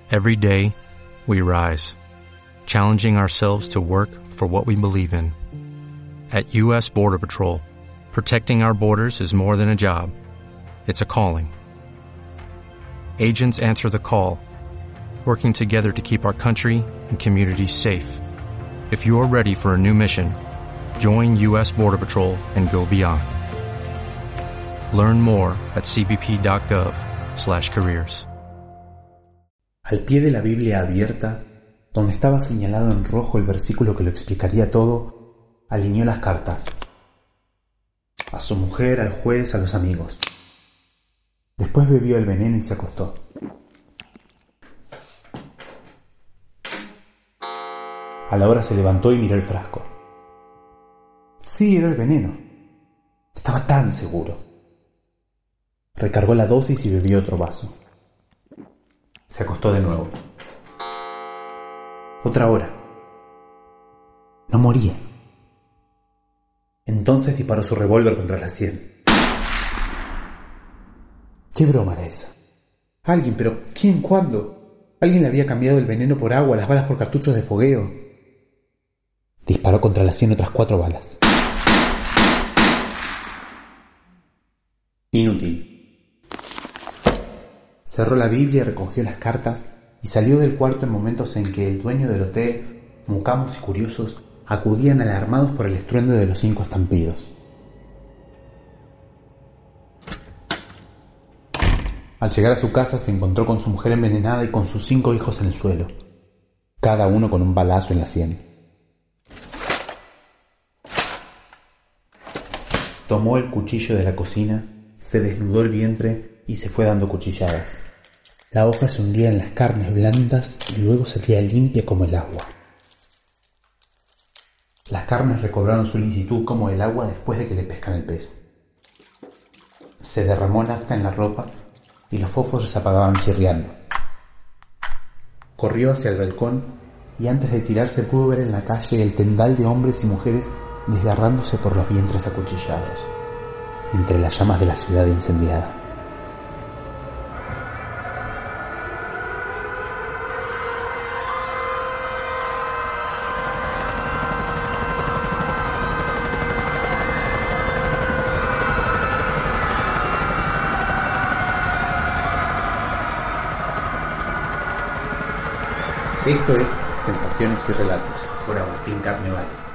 Every day, we rise, challenging ourselves to work for what we believe in. At U.S. Border Patrol, protecting our borders is more than a job. It's a calling. Agents answer the call, working together to keep our country and communities safe. If you're ready for a new mission, join U.S. Border Patrol and go beyond. Learn more at cbp.gov/careers. Al pie de la Biblia abierta, donde estaba señalado en rojo el versículo que lo explicaría todo, alineó las cartas. A su mujer, al juez, a los amigos. Después bebió el veneno y se acostó. A la hora se levantó y miró el frasco. Sí, era el veneno. Estaba tan seguro. Recargó la dosis y bebió otro vaso. Se acostó de nuevo. Otra hora. No moría. Entonces disparó su revólver contra la sien. ¿Qué broma era esa? Alguien, pero ¿quién? ¿Cuándo? Alguien le había cambiado el veneno por agua, las balas por cartuchos de fogueo. Disparó contra la sien otras 4 balas. Inútil. Cerró la Biblia, recogió las cartas y salió del cuarto en momentos en que el dueño del hotel, mucamos y curiosos acudían alarmados por el estruendo de los 5 estampidos. Al llegar a su casa se encontró con su mujer envenenada y con sus 5 hijos en el suelo, cada uno con un balazo en la sien. Tomó el cuchillo de la cocina, se desnudó el vientre y se fue dando cuchilladas. La hoja se hundía en las carnes blandas y luego salía limpia como el agua. Las carnes recobraron su lisitud como el agua después de que le pescan el pez. Se derramó nafta en la ropa y los fósforos se apagaban chirriando. Corrió hacia el balcón y antes de tirarse pudo ver en la calle el tendal de hombres y mujeres desgarrándose por los vientres acuchillados, entre las llamas de la ciudad incendiada. Esto es Sensaciones y Relatos, por Agustín Carnevale.